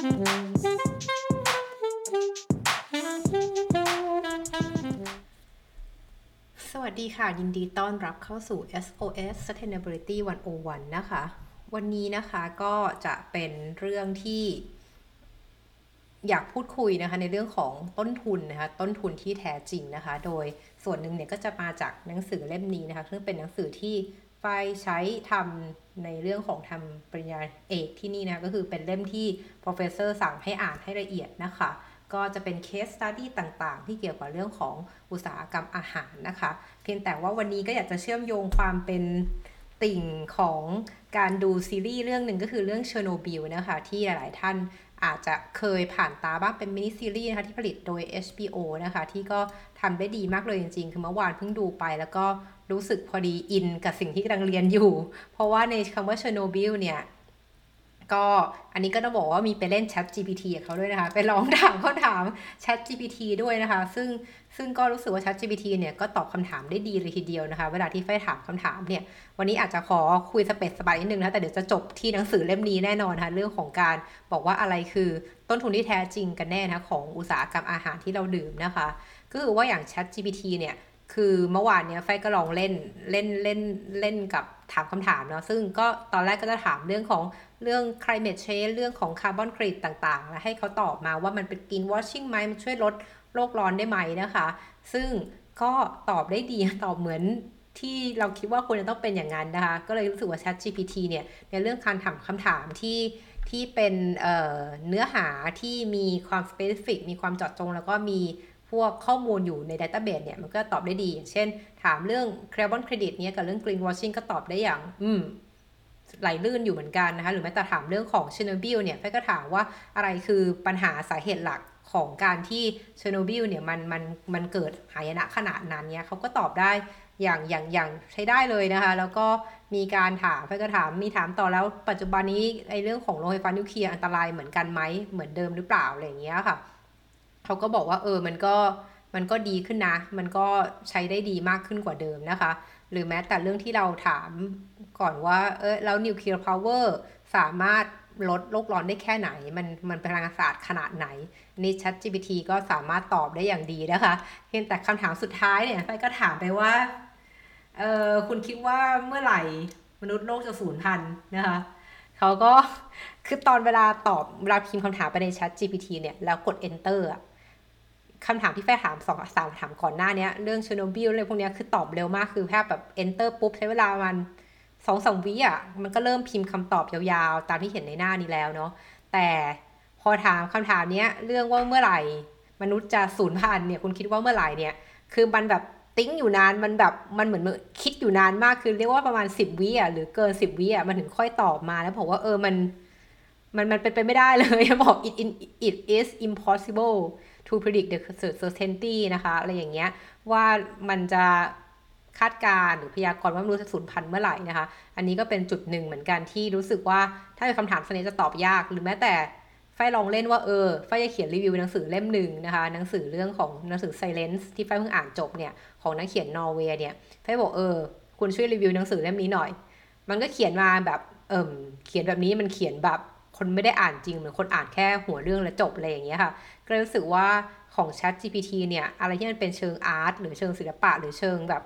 สวัสดีค่ะยินดีต้อนรับเข้าสู่ SOS Sustainability 101นะคะวันนี้นะคะก็จะเป็นเรื่องที่อยากพูดคุยนะคะในเรื่องของต้นทุนนะคะต้นทุนที่แท้จริงนะคะโดยส่วนหนึ่งเนี่ยก็จะมาจากหนังสือเล่มนี้นะคะซึ่งเป็นหนังสือที่ฝ้ายใช้ทำในเรื่องของทำปริญญาเอกที่นี่นะก็คือเป็นเล่มที่ professor สั่งให้อ่านให้ละเอียดนะคะก็จะเป็น case study ต่างๆที่เกี่ยวกับเรื่องของอุตสาหกรรมอาหารนะคะเพียงแต่ว่าวันนี้ก็อยากจะเชื่อมโยงความเป็นติ่งของการดูซีรีส์เรื่องหนึ่งก็คือเรื่องเชอร์โนบิลนะคะที่หลายๆท่านอาจจะเคยผ่านตาบ้างเป็นมินิซีรีส์นะคะที่ผลิตโดย HBO นะคะที่ก็ทำได้ดีมากเลยจริงๆคือเมื่อวานเพิ่งดูไปแล้วก็รู้สึกพอดีอินกับสิ่งที่กำลังเรียนอยู่เพราะว่าในคำว่าเชอร์โนบิลเนี่ยก็อันนี้ก็ต้องบอกว่ามีไปเล่น Chat GPT กับเขาด้วยนะคะไปลองถามเขาถาม Chat GPT ด้วยนะคะซึ่งก็รู้สึกว่า Chat GPT เนี่ยก็ตอบคำถามได้ดีเลยทีเดียวนะคะเวลาที่ไฟถามคำถามเนี่ยวันนี้อาจจะขอคุยสเปซสปานิดนึงนะแต่เดี๋ยวจะจบที่หนังสือเล่มนี้แน่นอนนะคะเรื่องของการบอกว่าอะไรคือต้นทุนที่แท้จริงกันแน่นะคะของอุตสาหกรรมอาหารที่เราดื่มนะคะก็คือว่าอย่าง Chat GPT เนี่ยคือเมื่อวานเนี้ยไฟก็ลองเล่นกับถามคำถามเนาะซึ่งก็ตอนแรกก็จะถามเรื่องของเรื่อง climate change เรื่องของ carbon credit ต่างๆแล้วให้เขาตอบมาว่ามันเป็น green washing ไหมมันช่วยลดโลกร้อนได้ไหมนะคะซึ่งก็ตอบได้ดีตอบเหมือนที่เราคิดว่าควรจะต้องเป็นอย่างนั้นนะคะก็เลยรู้สึกว่า ChatGPT เนี่ยในเรื่องการถามคำถามที่เป็นเนื้อหาที่มีความ specific มีความเจาะจงแล้วก็มีพวกข้อมูลอยู่ใน database เนี่ยมันก็ตอบได้ดีอย่างเช่นถามเรื่อง carbon credit เนี่ยกับเรื่อง green washing ก็ตอบได้อย่างไหลลื่นอยู่เหมือนกันนะคะหรือแม้แต่ถามเรื่องของเชอร์โนบิลเนี่ยไฟก็ถามว่าอะไรคือปัญหาสาเหตุหลักของการที่เชอร์โนบิลเนี่ยมันเกิดหายนะขนาดนั้นเนี่ยเขาก็ตอบได้อย่างใช้ได้เลยนะคะแล้วก็มีการถามไฟก็ถามมีถามต่อแล้วปัจจุบันนี้ไอ้เรื่องของโรงไฟฟ้านิวเคลียร์อันตรายเหมือนกันไหมเหมือนเดิมหรือเปล่าอะไรอย่างเงี้ยค่ะเขาก็บอกว่ามันก็ดีขึ้นนะมันก็ใช้ได้ดีมากขึ้นกว่าเดิมนะคะ หรือแม้แต่เรื่องที่เราถามก่อนว่าแล้วนิวเคลียร์พาวเวอร์สามารถลดโลกร้อนได้แค่ไหนมันเป็นพลังงานสะอาดขนาดไหนนี่ ChatGPT ก็สามารถตอบได้อย่างดีนะคะเพียงแต่คำถามสุดท้ายเนี่ยไฟก็ถามไปว่าคุณคิดว่าเมื่อไหร่มนุษย์โลกจะสูญพันธุ์นะคะเขาก็คือตอนเวลาพิมพ์คำถามไปใน ChatGPT เนี่ยแล้วกด enter อะ คำถามที่แฟร์ถามสามถามก่อนหน้านี้เรื่องเชอร์โนบิลอะไรพวกนี้คือตอบเร็วมากคือแค่แบบ enter ปุ๊บใช้เวลาประมาณ2-3วิอ่ะมันก็เริ่มพิมพ์คำตอบยาวๆตามที่เห็นในหน้านี้แล้วเนาะแต่พอถามคำถามนี้เรื่องว่าเมื่อไหร่มนุษย์จะสูญพันธุ์เนี่ยคุณคิดว่าเมื่อไหร่เนี่ยคือมันแบบติ้งอยู่นานมันแบบมันเหมือนคิดอยู่นานมากคือเรียกว่าประมาณ10 วิอ่ะหรือเกิน10 วิอ่ะมันถึงค่อยตอบมาแล้วบอกว่ามันเป็นไปไม่ได้เลยบอก it is impossible to predict the certainty นะคะอะไรอย่างเงี้ยว่ามันจะคาดการหรือพยากรณ์ว่ามนุษย์จะสูญพันธุ์เมื่อไหร่นะคะอันนี้ก็เป็นจุดหนึ่งเหมือนกันที่รู้สึกว่าถ้าเป็นคำถามสนี้จะตอบยากหรือแม้แต่ไฟลองเล่นว่าไฟจะเขียนรีวิวหนังสือเล่มหนึ่งนะคะหนังสือเรื่องของหนังสือ Silence ที่ไฟเพิ่งอ่านจบเนี่ยของนักเขียนนอร์เวย์เนี่ยไฟบอกคุณช่วยรีวิวหนังสือเล่มนี้หน่อยมันก็เขียนมาแบบเขียนแบบนี้มันเขียนแบบคนไม่ได้อ่านจริงเหมือนคนอ่านแค่หัวเรื่องแล้วจบอะไรอย่างเงี้ยค่ะก็เลยรู้สึกว่าของ ChatGPT เนี่ยอะไรที่มันเป็นเชิงอาร์ตหรือเชิงศิลปะหรือเชิงแบบ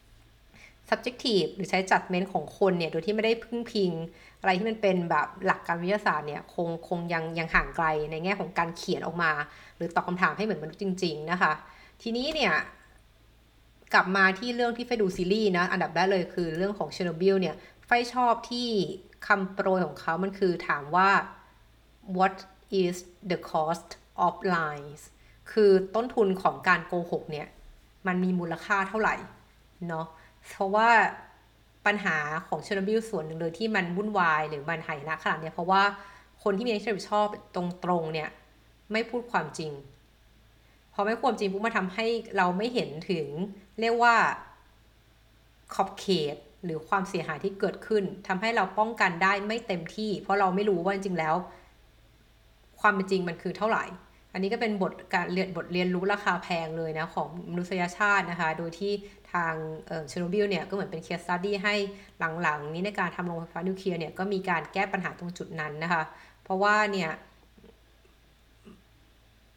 subjective หรือใช้ judgment ของคนเนี่ยโดยที่ไม่ได้พึ่งพิงอะไรที่มันเป็นแบบหลักการวิทยาศาสตร์เนี่ยคงยังห่างไกลในแง่ของการเขียนออกมาหรือตอบคำถามให้เหมือนมนุษย์จริงๆนะคะทีนี้เนี่ยกลับมาที่เรื่องที่ไฟดูซีรีส์นะอันดับแรกเลยคือเรื่องของเชอร์โนบิลเนี่ยไฟชอบที่คำโปรยของเขามันคือถามว่า what is the cost of lies คือต้นทุนของการโกหกเนี่ยมันมีมูลค่าเท่าไหร่เนาะเพราะว่าปัญหาของเชอร์โนบิลส่วนหนึ่งเลยที่มันวุ่นวายหรือมันหายนะขนาดนี้เพราะว่าคนที่มีหน้าที่รับผิดชอบตรงๆเนี่ยไม่พูดความจริงพอไม่ความจริงปุ๊บมาทำให้เราไม่เห็นถึงเรียกว่าขอบเขตหรือความเสียหายที่เกิดขึ้นทำให้เราป้องกันได้ไม่เต็มที่เพราะเราไม่รู้ว่าจริงๆแล้ว ความเป็นจริงมันคือเท่าไหร่ อันนี้ก็เป็นบทเรียนรู้ราคาแพงเลยนะของมนุษยชาตินะคะ โดยที่ทางเชอร์โนบิลเนี่ยก็เหมือนเป็นเคสสตัดดี้ให้หลังๆนี้ในการทำโรงไฟฟ้านิวเคลียร์เนี่ยก็มีการแก้ปัญหาตรงจุดนั้นนะคะ เพราะว่าเนี่ย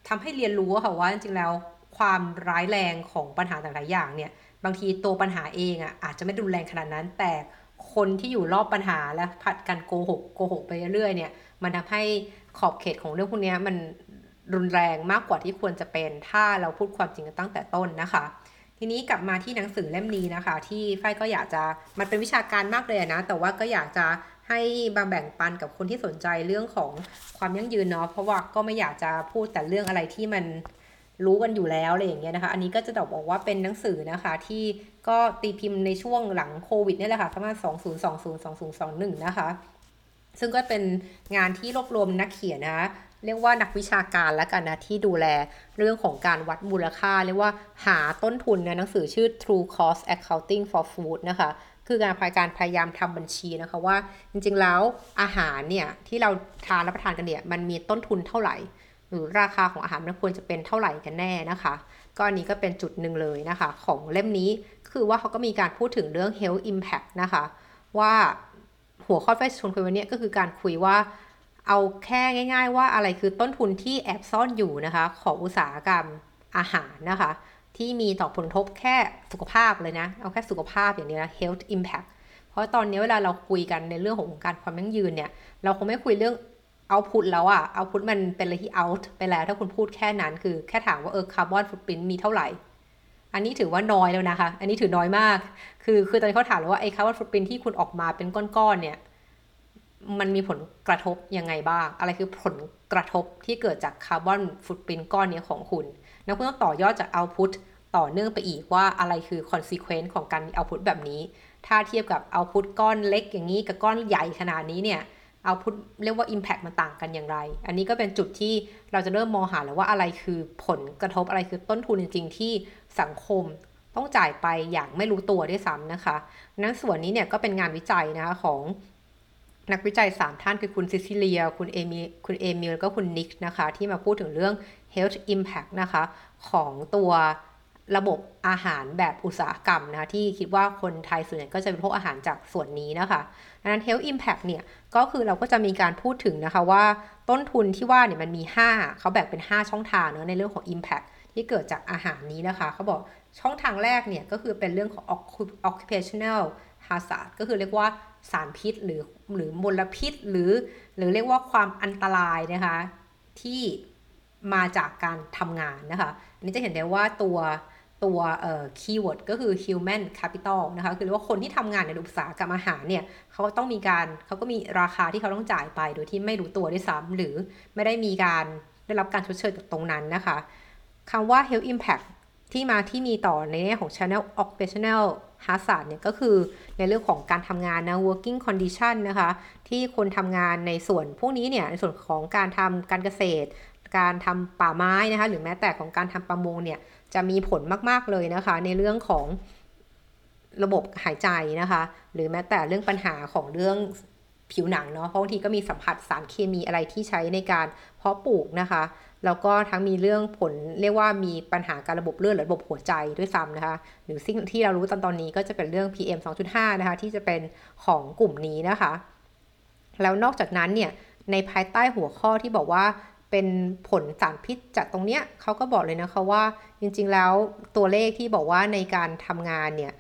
ทำให้เรียนรู้ค่ะว่าจริงๆแล้วความร้ายแรงของปัญหาแต่ละอย่างเนี่ยบางทีตัวปัญหาเองอ่ะอาจจะไม่รุนแรงขนาดนั้นแต่คนที่อยู่รอบปัญหาและผัดกันโกหกไปเรื่อยๆเนี่ยมันทำให้ขอบเขตของเรื่องพวกนี้มันรุนแรงมากกว่าที่ควรจะเป็นถ้าเราพูดความจริงกันตั้งแต่ต้นนะคะทีนี้กลับมาที่หนังสือเล่มนี้นะคะที่ฝ้ายก็อยากจะมันเป็นวิชาการมากเลยนะแต่ว่าก็อยากจะให้มาแบ่งปันกับคนที่สนใจเรื่องของความยั่งยืนเนาะเพราะว่าก็ไม่อยากจะพูดแต่เรื่องอะไรที่มันรู้กันอยู่แล้วอะไรอย่างเงี้ยนะคะอันนี้ก็จะบอกว่าเป็นหนังสือนะคะที่ก็ตีพิมพ์ในช่วงหลังโควิดนี่แหละค่ะประมาณ2020-2021นะคะซึ่งก็เป็นงานที่รวบรวมนักเขียนนะคะเรียกว่านักวิชาการแล้วกันนะที่ดูแลเรื่องของการวัดมูลค่าเรียกว่าหาต้นทุนนะหนังสือชื่อ True Cost Accounting for Food นะคะคือการพยายามทำบัญชีนะคะว่าจริงๆแล้วอาหารเนี่ยที่เรารับประทานกันเนี่ยมันมีต้นทุนเท่าไหร่หรือราคาของอาหารมันควรจะเป็นเท่าไหร่กันแน่นะคะก็อันนี้ก็เป็นจุดหนึ่งเลยนะคะของเล่มนี้คือว่าเขาก็มีการพูดถึงเรื่อง health impact นะคะว่าหัวข้อที่ชวนคุยวันนี้ก็คือการคุยว่าเอาแค่ง่ายๆว่าอะไรคือต้นทุนที่แอบซ่อนอยู่นะคะของอุตสาหกรรมอาหารนะคะที่มีต่อผลกระทบแค่สุขภาพเลยนะเอาแค่สุขภาพอย่างนี้นะ health impact เพราะตอนนี้เวลาเราคุยกันในเรื่องของการความยั่งยืนเนี่ยเราคงไม่คุยเรื่อง output แล้วอะ output มันเป็นอะไรที่ out ไปแล้วถ้าคุณพูดแค่นั้นคือแค่ถามว่าคาร์บอนฟุตปรินท์มีเท่าไหร่อันนี้ถือว่าน้อยแล้วนะคะอันนี้ถือน้อยมากคือตอนนี้เขาถามแล้วว่าไอ้คาร์บอนฟุตปรินท์ที่คุณออกมาเป็นก้อนๆเนี่ยมันมีผลกระทบยังไงบ้างอะไรคือผลกระทบที่เกิดจากคาร์บอนฟุตปรินท์ก้อนนี้ของคุณแล้วคุณต้องต่อยอดจาก output ต่อเนื่องไปอีกว่าอะไรคือ consequence ของการมี output แบบนี้ถ้าเทียบกับ output ก้อนเล็กอย่างนี้กับก้อนใหญ่ขนาดนี้เนี่ยoutput เรียกว่า impact มันต่างกันอย่างไรอันนี้ก็เป็นจุดที่เราจะเริ่มมองหาแล้วว่าอะไรคือผลกระทบอะไรคือต้นทุนจริงๆที่สังคมต้องจ่ายไปอย่างไม่รู้ตัวด้วยซ้ำนะคะนั้นส่วนนี้เนี่ยก็เป็นงานวิจัยนะคะของนักวิจัย3ท่านคือคุณซิซิเลียคุณเอมิลแล้วก็คุณนิกนะคะที่มาพูดถึงเรื่อง health impact นะคะของตัวระบบอาหารแบบอุตสาหกรรมนะคะที่คิดว่าคนไทยส่วนใหญ่ก็จะเป็นพวกอาหารจากส่วนนี้นะคะดังนั้น health impact เนี่ยก็คือเราก็จะมีการพูดถึงนะคะว่าต้นทุนที่ว่าเนี่ยมันมี5เขาแบ่งเป็น5ช่องทางเนอะในเรื่องของ impact ที่เกิดจากอาหารนี้นะคะเขาบอกช่องทางแรกเนี่ยก็คือเป็นเรื่องของ occupational hazard ก็คือเรียกว่าสารพิษหรือมลพิษหรือเรียกว่าความอันตรายนะคะที่มาจากการทำงานนะคะอันนี้จะเห็นได้ว่าตัวคีย์เวิร์ดก็คือ human capital นะคะคือเรียกว่าคนที่ทำงานในอุตสาหกรรมอาหารเนี่ยเขาก็มีราคาที่เขาต้องจ่ายไปโดยที่ไม่รู้ตัวด้วยซ้ำหรือไม่ได้มีการได้รับการชดเชยจากตรงนั้นนะคะคำว่า health impact ที่มีต่อในแง่ของ channel occupational hazard เนี่ยก็คือในเรื่องของการทำงานนะ working condition นะคะที่คนทำงานในส่วนพวกนี้เนี่ยในส่วนของการทำการเกษตรการทำป่าไม้นะคะหรือแม้แต่ของการทำประมงเนี่ยจะมีผลมากๆเลยนะคะในเรื่องของระบบหายใจนะคะหรือแม้แต่เรื่องปัญหาของเรื่องผิวหนังเนาะเพราะบางทีก็มีสัมผัสสารเคมีอะไรที่ใช้ในการเพาะปลูกนะคะแล้วก็ทั้งมีเรื่องผลเรียกว่ามีปัญหาการระบบเลือดหรือระบบหัวใจด้วยซ้ำนะคะหรือสิ่งที่เรารู้ตอนนี้ก็จะเป็นเรื่อง PM 2.5 นะคะที่จะเป็นของกลุ่มนี้นะคะแล้วนอกจากนั้นเนี่ยในภายใต้หัวข้อที่บอกว่าเป็นผลสารพิษจากตรงเนี้ยเขาก็บอกเลยนะคะว่าจริงๆแล้วตัวเลขที่บอกว่าในการทำงานเนี่ย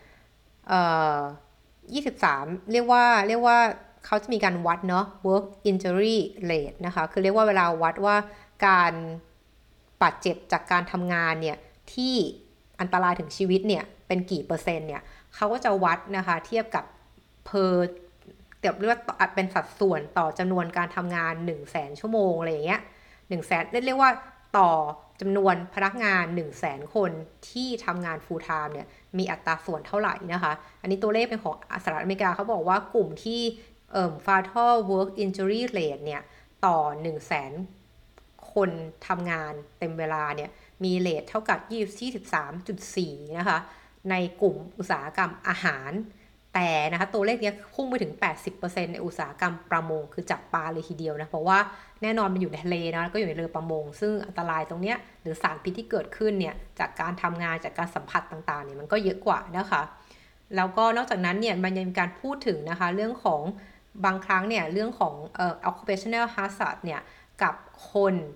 23เรียกว่าเขาจะมีการวัดเนาะ work injury rate นะคะคือเรียกว่าเวลาวัดว่าการบาดเจ็บจากการทำงานเนี่ยที่อันตรายถึงชีวิตเนี่ยเป็นกี่เปอร์เซ็นต์เนี่ยเขาก็จะวัดนะคะเทียบกับ per เรียกว่าเป็นสัดส่วนต่อจำนวนการทำงาน 100,000 ชั่วโมงอะไรอย่างเงี้ย100,000เรียกว่าต่อจำนวนพนักงาน 100,000 คนที่ทำงาน full time เนี่ยมีอัตราส่วนเท่าไหร่นะคะอันนี้ตัวเลขเป็นของสหรัฐอเมริกาเขาบอกว่ากลุ่มที่fatal work injury rate เนี่ยต่อ 100,000 คนทำงานเต็มเวลาเนี่ยมีเรทเท่ากับ23.4 นะคะในกลุ่มอุตสาหกรรมอาหารแต่นะคะตัวเลขนี้พุ่งไปถึง 80% ในอุตสาหกรรมประมงคือจับปลาเลยทีเดียวนะเพราะว่าแน่นอนมันอยู่ในทะเลนะแล้วก็อยู่ในเรือประมงซึ่งอันตรายตรงเนี้ยหรือสารพิษที่เกิดขึ้นเนี่ยจากการทำงานจากการสัมผัสต่างๆเนี่ยมันก็เยอะกว่านะคะแล้วก็นอกจากนั้นเนี่ยมันยังมีการพูดถึงนะคะเรื่องของบางครั้งเนี่ยเรื่องของoccupational hazard เนี่ยกับคน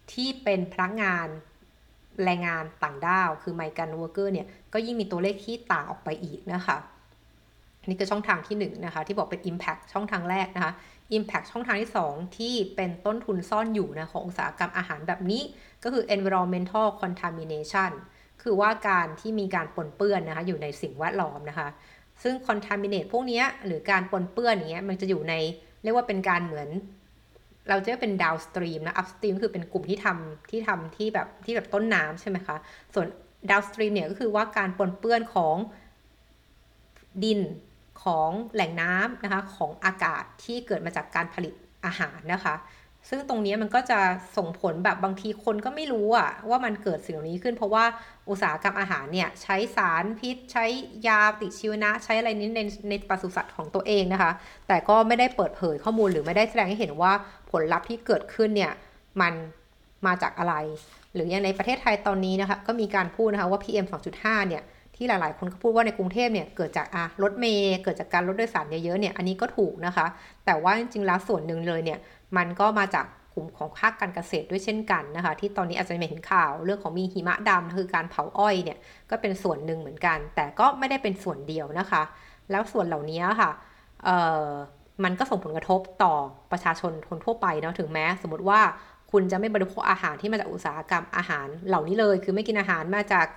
ที่เป็นพนักงานแรงงานต่างด้าวคือ migrant worker เนี่ยก็ยิ่งมีตัวเลขที่ต่างออกไปอีกนะคะนี่คือช่องทางที่1นะคะที่บอกเป็น impact ช่องทางแรกนะคะ impact ช่องทางที่2ที่เป็นต้นทุนซ่อนอยู่นะของอุตสาหกรรมอาหารแบบนี้ก็คือ environmental contamination คือว่าการที่มีการปนเปื้อนนะคะอยู่ในสิ่งแวดล้อมนะคะซึ่ง contaminate พวกนี้หรือการปนเปื้อนอย่างเงี้ยมันจะอยู่ในเรียกว่าเป็นการเหมือนเราจะเป็น downstream นะ upstream คือเป็นกลุ่มที่ทำที่แบบต้นน้ำใช่ไหมคะส่วน downstream เนี่ยก็คือว่าการปนเปื้อนของดินของแหล่งน้ำนะคะของอากาศที่เกิดมาจากการผลิตอาหารนะคะซึ่งตรงนี้มันก็จะส่งผลแบบบางทีคนก็ไม่รู้ว่ามันเกิดสิ่งเหล่านี้ขึ้นเพราะว่าอุตสาหกรรมอาหารเนี่ยใช้สารพิษใช้ยาติดเชื้อนะใช้อะไรนี้ในปศุสัตว์ของตัวเองนะคะแต่ก็ไม่ได้เปิดเผยข้อมูลหรือไม่ได้แสดงให้เห็นว่าผลลัพธ์ที่เกิดขึ้นเนี่ยมันมาจากอะไรหรืออย่างในประเทศไทยตอนนี้นะคะก็มีการพูดนะคะว่า PM 2.5 เนี่ยที่หลายๆคนก็พูดว่าในกรุงเทพเนี่ยเกิดจากรถเมล์เกิดจากการรถโดยสารเยอะๆเนี่ยอันนี้ก็ถูกนะคะแต่ว่าจริงๆแล้วส่วนหนึ่งเลยเนี่ยมันก็มาจากกลุ่มของภาคการเกษตรด้วยเช่นกันนะคะที่ตอนนี้อาจจะเห็นข่าวเรื่องของมีหิมะดำคือการเผาอ้อยเนี่ยก็เป็นส่วนหนึ่งเหมือนกันแต่ก็ไม่ได้เป็นส่วนเดียวนะคะแล้วส่วนเหล่านี้ค่ะมันก็ส่งผลกระทบต่อประชาชนคนทั่วไปเนาะถึงแม้สมมติว่าคุณจะไม่บริโภคอาหารที่มาจากอุตสาหกรรมอาหารเหล่านี้เลยคือไม่กินอาหารมาจาก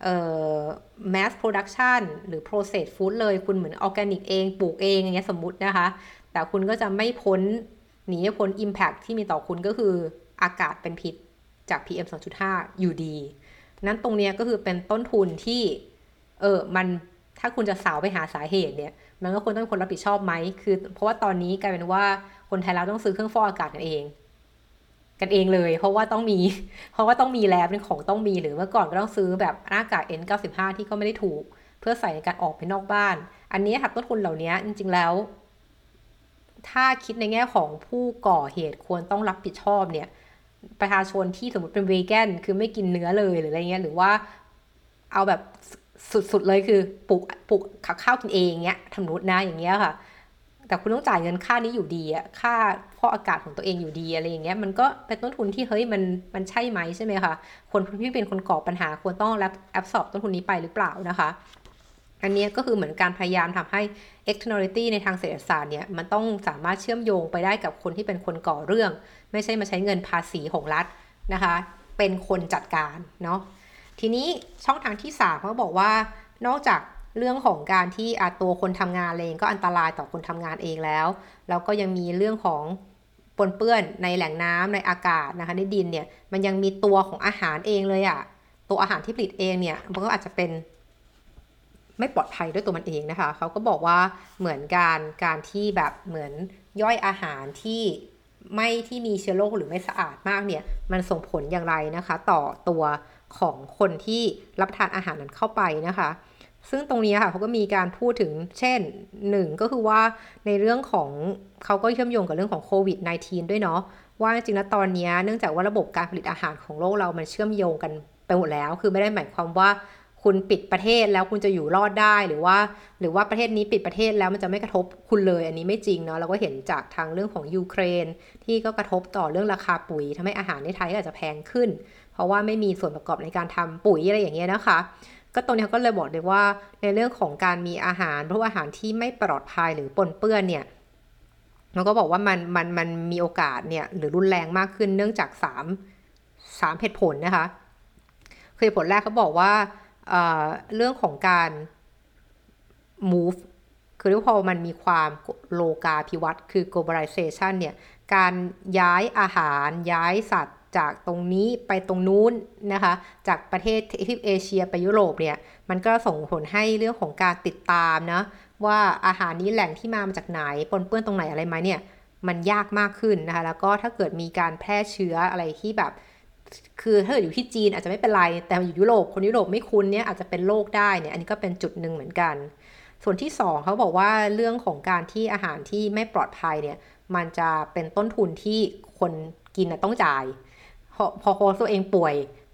mass production หรือ processed food เลยคุณเหมือนออร์แกนิกเองปลูกเองอย่างเงี้ยสมมุตินะคะแต่คุณก็จะไม่หนีพ้น impact ที่มีต่อคุณก็คืออากาศเป็นพิษจาก PM 2.5 อยู่ดีนั้นตรงนี้ก็คือเป็นต้นทุนที่มันถ้าคุณจะสาวไปหาสาเหตุเนี่ยมันก็ควรต้องคนรับผิดชอบไหมคือเพราะว่าตอนนี้กลายเป็นว่าคนไทยเราต้องซื้อเครื่องฟอกอากาศกันเองเลยเพราะว่าต้องมีแล้วเป็นของต้องมีหรือเมื่อก่อนก็ต้องซื้อแบบหน้ากาก N95 ที่ก็ไม่ได้ถูกเพื่อใส่ในการออกไปนอกบ้านอันนี้ค่ะต้นทุนเหล่านี้จริงๆแล้วถ้าคิดในแง่ของผู้ก่อเหตุควรต้องรับผิดชอบเนี่ยประชาชนที่สมมติเป็นวีแกนคือไม่กินเนื้อเลยหรืออะไรเงี้ยหรือว่าเอาแบบสุดๆเลยคือปลูกข้าวกินเองเงี้ยทำนุษนะอย่างเงี้ยค่ะแต่คุณต้องจ่ายเงินค่านี้อยู่ดีอะค่าฟอกอากาศของตัวเองอยู่ดีอะไรอย่างเงี้ยมันก็เป็นต้นทุนที่เฮ้ยมันใช่ไหมใช่ไหมคะคนที่เป็นคนก่อปัญหาควรต้องรับแอบสอบต้นทุนนี้ไปหรือเปล่านะคะอันนี้ก็คือเหมือนการพยายามทำให้ externality ในทางเศรษฐศาสตร์เนี่ยมันต้องสามารถเชื่อมโยงไปได้กับคนที่เป็นคนก่อเรื่องไม่ใช่มาใช้เงินภาษีของรัฐนะคะเป็นคนจัดการเนาะทีนี้ช่องทางที่3เขาบอกว่านอกจากเรื่องของการที่ตัวคนทำงานเองก็อันตรายต่อคนทำงานเองแล้วก็ยังมีเรื่องของปนเปื้อนในแหล่งน้ำในอากาศนะคะในดินเนี่ยมันยังมีตัวของอาหารเองเลยตัวอาหารที่ผลิตเองเนี่ยมันก็อาจจะเป็นไม่ปลอดภัยด้วยตัวมันเองนะคะเขาก็บอกว่าเหมือนการที่แบบเหมือนย่อยอาหารที่มีเชื้อโรคหรือไม่สะอาดมากเนี่ยมันส่งผลอย่างไรนะคะต่อตัวของคนที่รับประทานอาหารนั้นเข้าไปนะคะซึ่งตรงนี้ค่ะเขาก็มีการพูดถึงเช่น1ก็คือว่าในเรื่องของเขาก็เชื่อมโยงกับเรื่องของโควิด -19 ด้วยเนาะว่าจริงๆแล้วตอนนี้เนื่องจากว่าระบบการผลิตอาหารของโลกเรามันเชื่อมโยงกันไปหมดแล้วคือไม่ได้หมายความว่าคุณปิดประเทศแล้วคุณจะอยู่รอดได้หรือว่าประเทศนี้ปิดประเทศแล้วมันจะไม่กระทบคุณเลยอันนี้ไม่จริงเนาะเราก็เห็นจากทางเรื่องของยูเครนที่ก็กระทบต่อเรื่องราคาปุ๋ยทำให้อาหารในไทยก็อาจจะแพงขึ้นเพราะว่าไม่มีส่วนประกอบในการทำปุ๋ยอะไรอย่างเงี้ยนะคะก็ตรงนี้เขาก็เลยบอกเลยว่าในเรื่องของการมีอาหารเพราะว่าอาหารที่ไม่ปลอดภัยหรือปนเปื้อนเนี่ยเราก็บอกว่ามันมีโอกาสเนี่ยหรือรุนแรงมากขึ้นเนื่องจาก3เหตุผลนะคะคือเหตุผลแรกเขาบอกว่าเรื่องของการ move คือพอมันมีความโลกาภิวัตน์คือ globalization เนี่ยการย้ายอาหารย้ายสัตว์จากตรงนี้ไปตรงนู้นนะคะจากประเทศที่เอเชียไปยุโรปเนี่ยมันก็ส่งผลให้เรื่องของการติดตามนะว่าอาหารนี้แหล่งที่มาจากไหนปนเปื้อนตรงไหนอะไรไหมเนี่ยมันยากมากขึ้นนะคะแล้วก็ถ้าเกิดมีการแพร่เชื้ออะไรที่แบบคือถ้าเกิดอยู่ที่จีนอาจจะไม่เป็นไรแต่อยู่ยุโรปคนยุโรปไม่คุ้นเนี่ยอาจจะเป็นโรคได้เนี่ยอันนี้ก็เป็นจุดหนึ่งเหมือนกันส่วนที่2เขาบอกว่าเรื่องของการที่อาหารที่ไม่ปลอดภัยเนี่ยมันจะเป็นต้นทุนที่คนกินต้องจ่ายพอตัวเองป่วย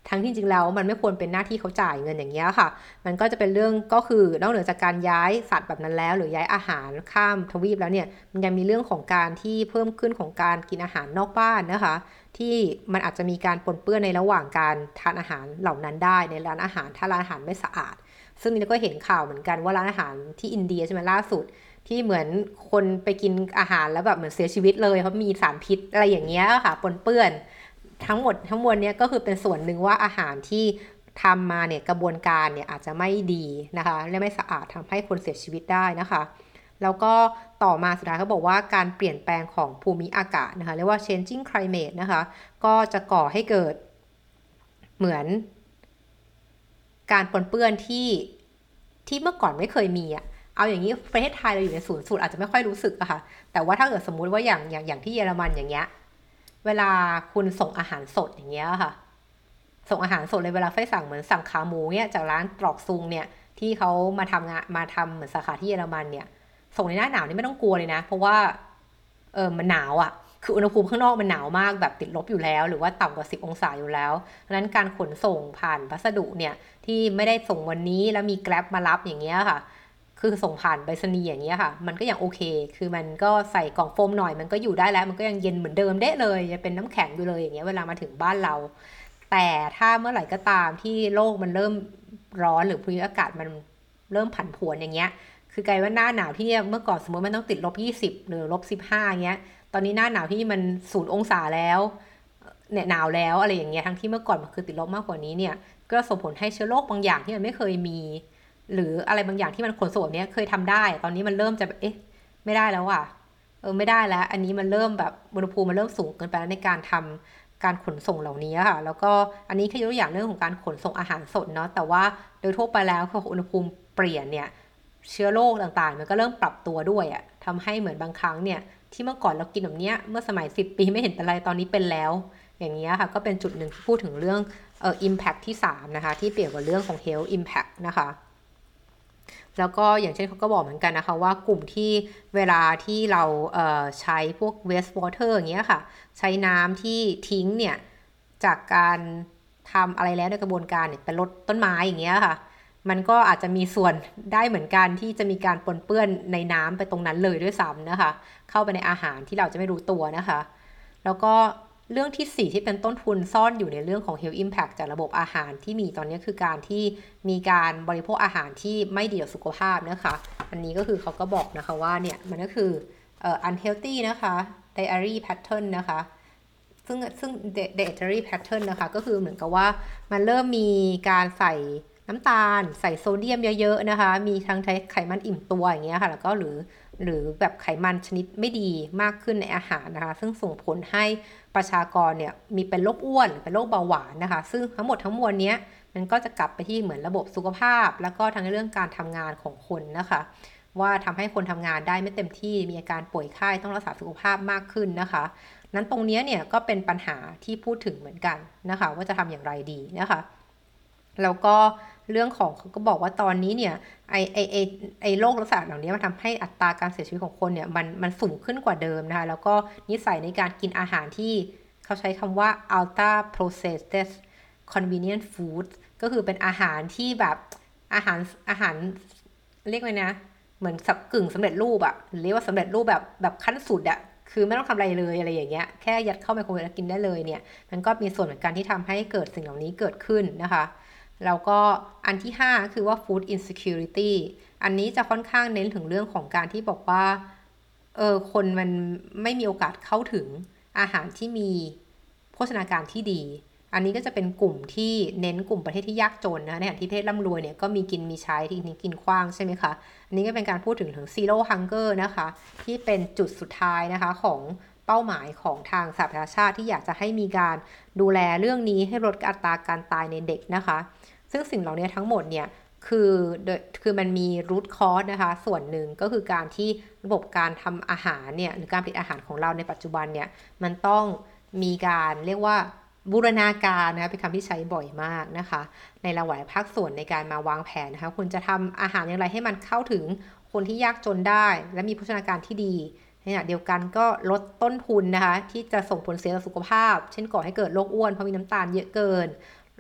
ทั้งที่จริงๆแล้วมันไม่ควรเป็นหน้าที่เขาจ่ายเงินอย่างเงี้ยค่ะมันก็จะเป็นเรื่องก็คือนอกเหนือจากการย้ายสัตว์แบบนั้นแล้วหรือย้ายอาหารข้ามทวีปแล้วเนี่ยมันยังมีเรื่องของการที่เพิ่มขึ้นของการกินอาหารนอกบ้านนะคะที่มันอาจจะมีการปนเปื้อนในระหว่างการทานอาหารเหล่านั้นได้ในร้านอาหารถ้าร้านอาหารไม่สะอาดซึ่งนี่ก็เห็นข่าวเหมือนกันว่าร้านอาหารที่อินเดียใช่ไหมล่าสุดที่เหมือนคนไปกินอาหารแล้วแบบเหมือนเสียชีวิตเลยเพราะมีสารพิษอะไรอย่างเงี้ยค่ะปนเปื้อนทั้งหมดทั้งมวลเนี้ยก็คือเป็นส่วนหนึ่งว่าอาหารที่ทำมาเนี่ยกระบวนการเนี่ยอาจจะไม่ดีนะคะและไม่สะอาดทำให้คนเสียชีวิตได้นะคะแล้วก็ต่อมาสุดท้ายเขาบอกว่าการเปลี่ยนแปลงของภูมิอากาศนะคะเรียกว่า changing climate นะคะก็จะก่อให้เกิดเหมือนการปนเปื้อนที่เมื่อก่อนไม่เคยมีอะเอาอย่างนี้ประเทศไทยเราอยู่ในศูนย์สูตรอาจจะไม่ค่อยรู้สึกอะค่ะแต่ว่าถ้าเกิดสมมุติว่าอย่างที่เยอรมันอย่างเงี้ยเวลาคุณส่งอาหารสดอย่างเงี้ยค่ะส่งอาหารสดเลยเวลาไฟสั่งเหมือนสั่งขาหมูเนี่ยจากร้านตรอกซุงเนี่ยที่เขามาทำงานมาทำเหมือนสาขาที่เยอรมันเนี่ยส่งในหน้าหนาวนี่ไม่ต้องกลัวเลยนะเพราะว่ามันหนาวอะคืออุณหภูมิข้างนอกมันหนาวมากแบบติดลบอยู่แล้วหรือว่าต่ำกว่า10 องศาอยู่แล้วดังนั้นการขนส่งผ่านพัสดุเนี่ยที่ไม่ได้ส่งวันนี้แล้วมีแกร็บมารับอย่างเงี้ยค่ะคือส่งผ่านไปรษณีย์อย่างเงี้ยค่ะมันก็ยังโอเคคือมันก็ใส่กล่องโฟมหน่อยมันก็อยู่ได้แล้วมันก็ยังเย็นเหมือนเดิมได้เลยจะเป็นน้ำแข็งอยู่เลยอย่างเงี้ยเวลามาถึงบ้านเราแต่ถ้าเมื่อไหร่ก็ตามที่โลกมันเริ่มร้อนหรือภูมิอากาศมันเริ่มผันผวนอย่างเงี้ยคือกลายว่าหน้าหนาวที่เมื่อก่อนสมมติมันต้องติด-20หรือ-15เงี้ยตอนนี้หน้าหนาวที่มัน0 องศาแล้วเนี่ยหนาวแล้วอะไรอย่างเงี้ยทั้งที่เมื่อก่อนมันคือติดลบมากกว่านี้เนี่ยก็ส่งผลให้เชื้อโรคบางอย่างที่มันไม่เคยมีหรืออะไรบางอย่างที่มันขนส่งแบบนี้เคยทำได้ตอนนี้มันเริ่มจะเอ๊ะไม่ได้แล้วอ่ะไม่ได้แล้วอันนี้มันเริ่มแบบอุณหภูมิมันเริ่มสูงเกินไปแล้วในการทำการขนส่งเหล่านี้ค่ะแล้วก็อันนี้แค่ยกตัวอย่างเรื่องของการขนส่งอาหารสดเนาะแต่ว่าโดยทั่วไปแล้วพออุณหภูมิเปลี่ยนเนี่ยเชื้อโรคต่างๆมันก็เริ่มปรับตัวด้วยอ่ะทำให้เหมือนบางครั้งเนี่ยที่เมื่อก่อนเรากินแบบเนี้ยเมื่อสมัย10 ปีไม่เห็นเป็นไรตอนนี้เป็นแล้วอย่างเงี้ยค่ะก็เป็นจุดหนึ่งที่พูดถึงเรื่องimpact ที่3นะคะที่เปรียบกับเรื่องของ health impact นะคะแล้วก็อย่างเช่นเขาก็บอกเหมือนกันนะคะว่ากลุ่มที่เวลาที่เราใช้พวก waste water อย่างเงี้ยค่ะใช้น้ำที่ทิ้งเนี่ยจากการทำอะไรแล้วในกระบวนการเนี่ยเป็นรดต้นไม้อย่างเงี้ยค่ะมันก็อาจจะมีส่วนได้เหมือนกันที่จะมีการปนเปื้อนในน้ำไปตรงนั้นเลยด้วยซ้ำนะคะเข้าไปในอาหารที่เราจะไม่รู้ตัวนะคะแล้วก็เรื่องที่4ที่เป็นต้นทุนซ่อนอยู่ในเรื่องของ health impact จากระบบอาหารที่มีตอนนี้คือการที่มีการบริโภคอาหารที่ไม่ดีต่อสุขภาพนะคะอันนี้ก็คือเขาก็บอกนะคะว่าเนี่ยมันก็คือunhealthy นะคะ dietary pattern นะคะซึ่ง dietary pattern นะคะก็คือเหมือนกับว่ามันเริ่มมีการใส่น้ำตาลใส่โซเดียมเยอะๆนะคะมีทั้งไขมันอิ่มตัวอย่างเงี้ยค่ะแล้วก็หรือแบบไขมันชนิดไม่ดีมากขึ้นในอาหารนะคะซึ่งส่งผลให้ประชากรเนี่ยมีเป็นโรคอ้วนหรือเป็นโรคเบาหวานนะคะซึ่งทั้งหมดทั้งมวลนี้มันก็จะกลับไปที่เหมือนระบบสุขภาพแล้วก็ทั้งเรื่องการทำงานของคนนะคะว่าทำให้คนทำงานได้ไม่เต็มที่มีอาการป่วยไข้ต้องรักษาสุขภาพมากขึ้นนะคะนั้นตรงนี้เนี่ยก็เป็นปัญหาที่พูดถึงเหมือนกันนะคะว่าจะทำอย่างไรดีนะคะแล้วก็เรื่องของเขาก็บอกว่าตอนนี้เนี่ยไอโรคลักษณะเหล่านี้มันทำให้อัตราการเสียชีวิตของคนเนี่ยมันสูงขึ้นกว่าเดิมนะคะแล้วก็นิสัยในการกินอาหารที่เขาใช้คำว่า ultra processed convenient food ก็คือเป็นอาหารที่แบบอาหารเรียกไงนะเหมือนกึ่งสำเร็จรูปอะหรือเรียกว่าสำเร็จรูปแบบขั้นสุดอะคือไม่ต้องทำอะไรเลยอะไรอย่างเงี้ยแค่ยัดเข้าไมโครเวฟแล้วกินได้เลยเนี่ยมันก็มีส่วนเหมือนกันที่ทำให้เกิดสิ่งเหล่านี้เกิดขึ้นนะคะแล้วก็อันที่5คือว่า food insecurity อันนี้จะค่อนข้างเน้นถึงเรื่องของการที่บอกว่าคนมันไม่มีโอกาสเข้าถึงอาหารที่มีโภชนาการที่ดีอันนี้ก็จะเป็นกลุ่มที่เน้นกลุ่มประเทศที่ยากจนนะในขณะที่ประเทศร่ำรวยเนี่ยก็มีกินมีใช้ที่นี้กินขว้างใช่ไหมคะอันนี้ก็เป็นการพูดถึงzero hunger นะคะที่เป็นจุดสุดท้ายนะคะของเป้าหมายของทางสหประชาชาติที่อยากจะให้มีการดูแลเรื่องนี้ให้ลดอัตราการตายในเด็กนะคะซึ่งสิ่งเหล่านี้ทั้งหมดเนี่ยคือมันมี root cause นะคะส่วนหนึ่งก็คือการที่ระบบการทำอาหารเนี่ยหรือการผลิตอาหารของเราในปัจจุบันเนี่ยมันต้องมีการเรียกว่าบูรณาการนะคะเป็นคำที่ใช้บ่อยมากนะคะในหลายภาคส่วนในการมาวางแผนนะคะคุณจะทำอาหารอย่างไรให้มันเข้าถึงคนที่ยากจนได้และมีโภชนาการที่ดีในขณะเดียวกันก็ลดต้นทุนนะคะที่จะส่งผลเสียต่อสุขภาพเช่นก่อให้เกิดโรคอ้วนเพราะมีน้ำตาลเยอะเกิน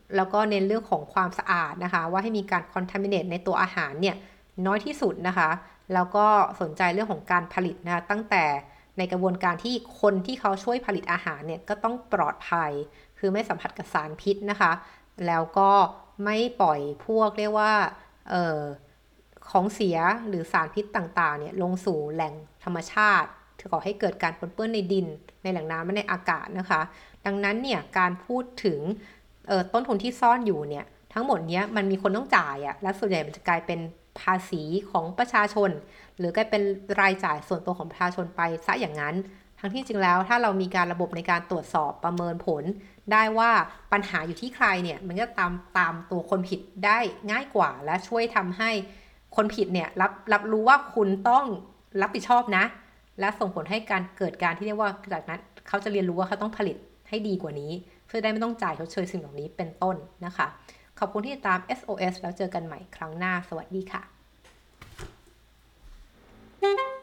แล้วก็เน้นเรื่องของความสะอาดนะคะว่าให้มีการ contaminate ในตัวอาหารเนี่ยน้อยที่สุดนะคะแล้วก็สนใจเรื่องของการผลิตนะคะตั้งแต่ในกระบวนการที่คนที่เขาช่วยผลิตอาหารเนี่ยก็ต้องปลอดภัยคือไม่สัมผัสกับสารพิษนะคะแล้วก็ไม่ปล่อยพวกเรียกว่าของเสียหรือสารพิษต่างๆเนี่ยลงสู่แหล่งธรรมชาติก่อให้เกิดการปนเปื้อนในดินในแหล่งน้ำและในอากาศนะคะดังนั้นเนี่ยการพูดถึงต้นทุนที่ซ่อนอยู่เนี่ยทั้งหมดเนี้ยมันมีคนต้องจ่ายอะและส่วนใหญ่มันจะกลายเป็นภาษีของประชาชนหรือกลายเป็นรายจ่ายส่วนตัวของประชาชนไปซะอย่างนั้นทั้งที่จริงแล้วถ้าเรามีการระบบในการตรวจสอบประเมินผลได้ว่าปัญหาอยู่ที่ใครเนี่ยมันก็ตามตัวคนผิดได้ง่ายกว่าและช่วยทำให้คนผิดเนี่ยรับรู้ว่าคุณต้องรับผิดชอบนะและส่งผลให้การเกิดการที่เรียกว่าจากนั้นเขาจะเรียนรู้ว่าเขาต้องผลิตให้ดีกว่านี้เพื่อได้ไม่ต้องจ่ายชดเชยสิ่งเหล่านี้เป็นต้นนะคะขอบคุณที่ติดตาม SOS แล้วเจอกันใหม่ครั้งหน้าสวัสดีค่ะ